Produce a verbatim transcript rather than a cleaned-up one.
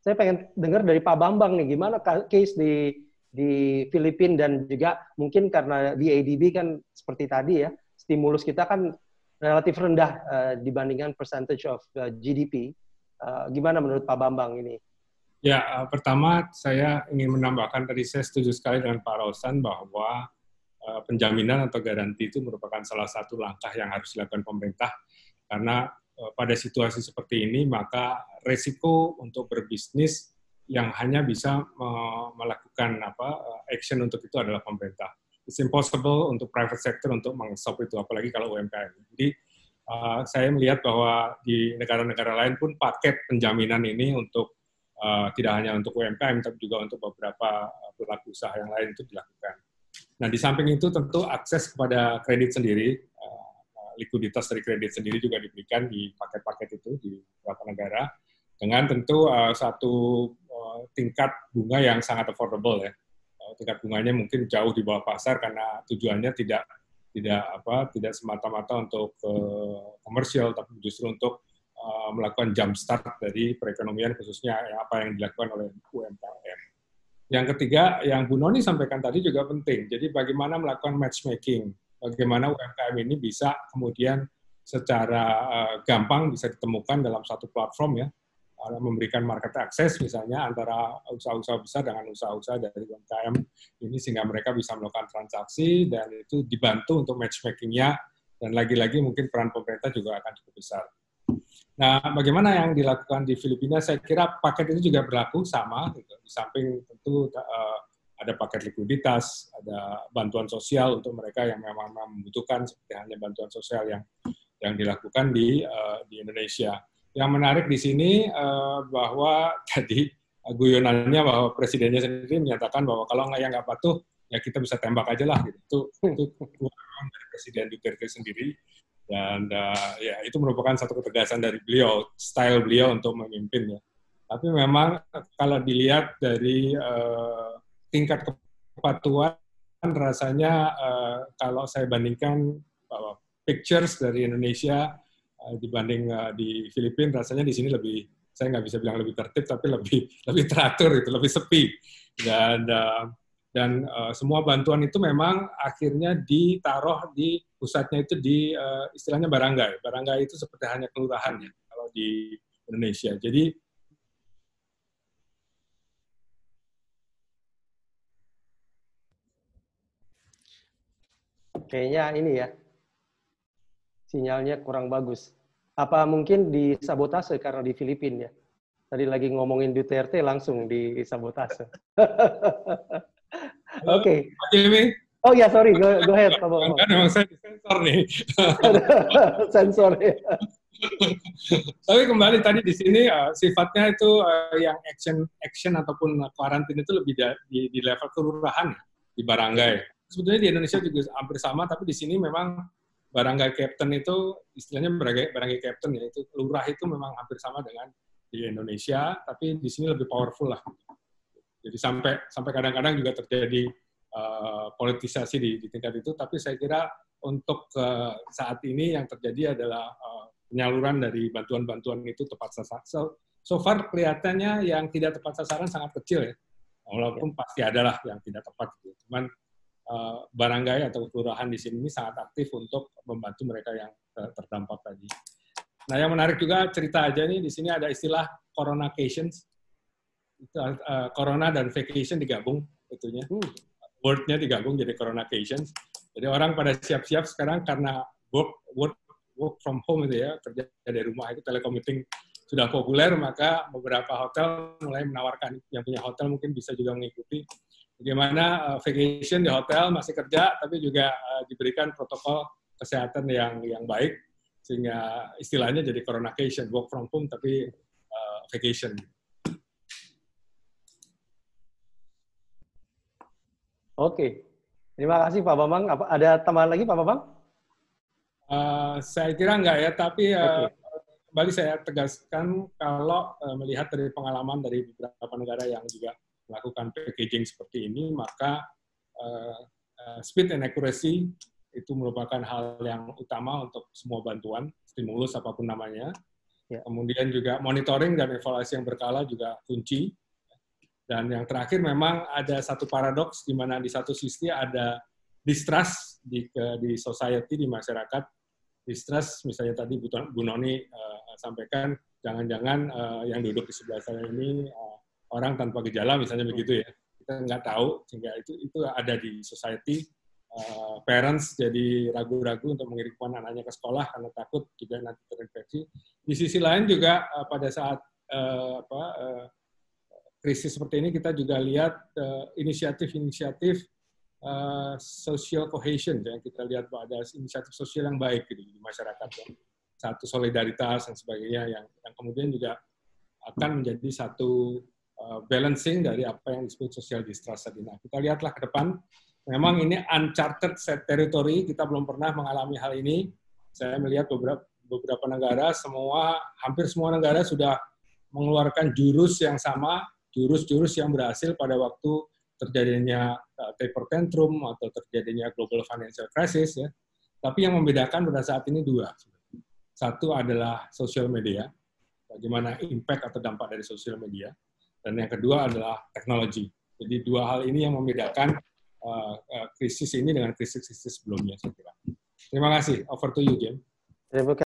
saya pengen dengar dari Pak Bambang nih, gimana case di di Filipina dan juga mungkin karena di A D B kan seperti tadi ya, stimulus kita kan relatif rendah uh, dibandingkan percentage of uh, G D P. Uh, gimana menurut Pak Bambang ini? Ya, uh, pertama saya ingin menambahkan tadi saya setuju sekali dengan Pak Rausan bahwa uh, penjaminan atau garansi itu merupakan salah satu langkah yang harus dilakukan pemerintah karena uh, pada situasi seperti ini maka resiko untuk berbisnis yang hanya bisa uh, melakukan apa uh, action untuk itu adalah pemerintah. It's impossible untuk private sector untuk meng-stop itu, apalagi kalau U M K M. Jadi uh, saya melihat bahwa di negara-negara lain pun paket penjaminan ini untuk uh, tidak hanya untuk U M K M, tapi juga untuk beberapa pelaku usaha yang lain itu dilakukan. Nah, di samping itu tentu akses kepada kredit sendiri, uh, likuiditas dari kredit sendiri juga diberikan di paket-paket itu di beberapa negara, dengan tentu uh, satu uh, tingkat bunga yang sangat affordable ya. Tingkat bunganya mungkin jauh di bawah pasar karena tujuannya tidak tidak apa tidak semata-mata untuk uh, komersial tapi justru untuk uh, melakukan jump start dari perekonomian khususnya yang apa yang dilakukan oleh U M K M. Yang ketiga yang Bu Noni sampaikan tadi juga penting. Jadi bagaimana melakukan matchmaking, bagaimana U M K M ini bisa kemudian secara uh, gampang bisa ditemukan dalam satu platform ya, memberikan market access misalnya antara usaha-usaha besar dengan usaha-usaha dari U M K M ini sehingga mereka bisa melakukan transaksi dan itu dibantu untuk matchmaking-nya dan lagi-lagi mungkin peran pemerintah juga akan cukup besar. Nah, bagaimana yang dilakukan di Filipina? Saya kira paket itu juga berlaku sama. Gitu. Di samping tentu uh, ada paket likuiditas, ada bantuan sosial untuk mereka yang memang membutuhkan seperti halnya bantuan sosial yang yang dilakukan di uh, di Indonesia. Yang menarik di sini uh, bahwa tadi uh, guyonannya bahwa presidennya sendiri menyatakan bahwa kalau nggak yang nggak patuh ya kita bisa tembak aja lah gitu. Itu itu dari Presiden Duterte sendiri dan uh, ya itu merupakan satu ketegasan dari beliau, style beliau untuk memimpin ya. Tapi memang kalau dilihat dari uh, tingkat kepatuhan rasanya uh, kalau saya bandingkan bahwa pictures dari Indonesia dibanding uh, di Filipina rasanya di sini lebih saya nggak bisa bilang lebih tertib tapi lebih lebih teratur itu lebih sepi dan uh, dan uh, semua bantuan itu memang akhirnya ditaruh di pusatnya itu di uh, istilahnya barangay barangay itu seperti hanya kelurahan ya kalau di Indonesia jadi kayaknya ini ya sinyalnya kurang bagus. Apa mungkin disabotase karena di Filipina ya? Tadi lagi ngomongin Duterte langsung disabotase. Oke. Okay. Pak Jimmy. Oh ya, sorry, go, go ahead. Pak Bambang. Kan memang saya disensor nih. Sensor ya. Tapi kembali tadi di sini uh, sifatnya itu uh, yang action action ataupun karantina itu lebih di, di level kelurahan ya, di barangay. Sebetulnya di Indonesia juga hampir sama, tapi di sini memang barangay captain itu istilahnya barangay, barangay captain ya itu lurah itu memang hampir sama dengan di Indonesia tapi di sini lebih powerful lah jadi sampai sampai kadang-kadang juga terjadi uh, politisasi di, di tingkat itu tapi saya kira untuk uh, saat ini yang terjadi adalah uh, penyaluran dari bantuan-bantuan itu tepat sasaran so, so far kelihatannya yang tidak tepat sasaran sangat kecil ya walaupun ya. Pasti adalah yang tidak tepat gitu. Cuman Uh, barangay atau kelurahan di sini sangat aktif untuk membantu mereka yang uh, terdampak tadi. Nah, yang menarik juga cerita aja nih di sini ada istilah coronacations. Itu uh, corona dan vacation digabung itunya. Hmm. Word-nya digabung jadi coronacations. Jadi orang pada siap-siap sekarang karena work work work from home itu ya, kerja dari rumah itu telecommuting sudah populer, maka beberapa hotel mulai menawarkan yang punya hotel mungkin bisa juga mengikuti bagaimana uh, vacation di hotel masih kerja tapi juga uh, diberikan protokol kesehatan yang yang baik sehingga istilahnya jadi coronacation work from home tapi uh, vacation. Oke, terima kasih Pak Bambang. Apa, ada tambahan lagi Pak Bambang? Uh, saya kira enggak ya, tapi uh, okay. Kembali saya tegaskan kalau uh, melihat dari pengalaman dari beberapa negara yang juga melakukan packaging seperti ini, maka uh, uh, speed and accuracy itu merupakan hal yang utama untuk semua bantuan, stimulus apapun namanya. Ya. Kemudian juga monitoring dan evaluasi yang berkala juga kunci. Dan yang terakhir memang ada satu paradoks di mana di satu sisi ada distrust di di society, di masyarakat. Distrust misalnya tadi Bu Noni uh, sampaikan, jangan-jangan uh, yang duduk di sebelah saya ini uh, orang tanpa gejala misalnya begitu ya. Kita nggak tahu, sehingga itu itu ada di society. Uh, parents jadi ragu-ragu untuk mengirimkan anaknya ke sekolah karena takut juga nanti terinfeksi. Di sisi lain juga uh, pada saat uh, apa, uh, krisis seperti ini kita juga lihat uh, inisiatif-inisiatif uh, social cohesion, ya. Kita lihat bahwa ada inisiatif sosial yang baik gitu, di masyarakat, ya. Satu solidaritas dan sebagainya yang, yang kemudian juga akan menjadi satu uh, balancing dari apa yang disebut social distrust tadi. Nah, kita lihatlah ke depan. Memang ini uncharted territory, kita belum pernah mengalami hal ini. Saya melihat beberapa beberapa negara, semua hampir semua negara sudah mengeluarkan jurus yang sama, jurus-jurus yang berhasil pada waktu terjadinya uh, taper tantrum atau terjadinya global financial crisis, ya. Tapi yang membedakan pada saat ini dua. Satu adalah social media, bagaimana impact atau dampak dari social media, dan yang kedua adalah teknologi. Jadi dua hal ini yang membedakan Uh, uh, krisis ini dengan krisis-krisis sebelumnya, saya kira. Terima kasih. Over to you, Jim. Terima kasih.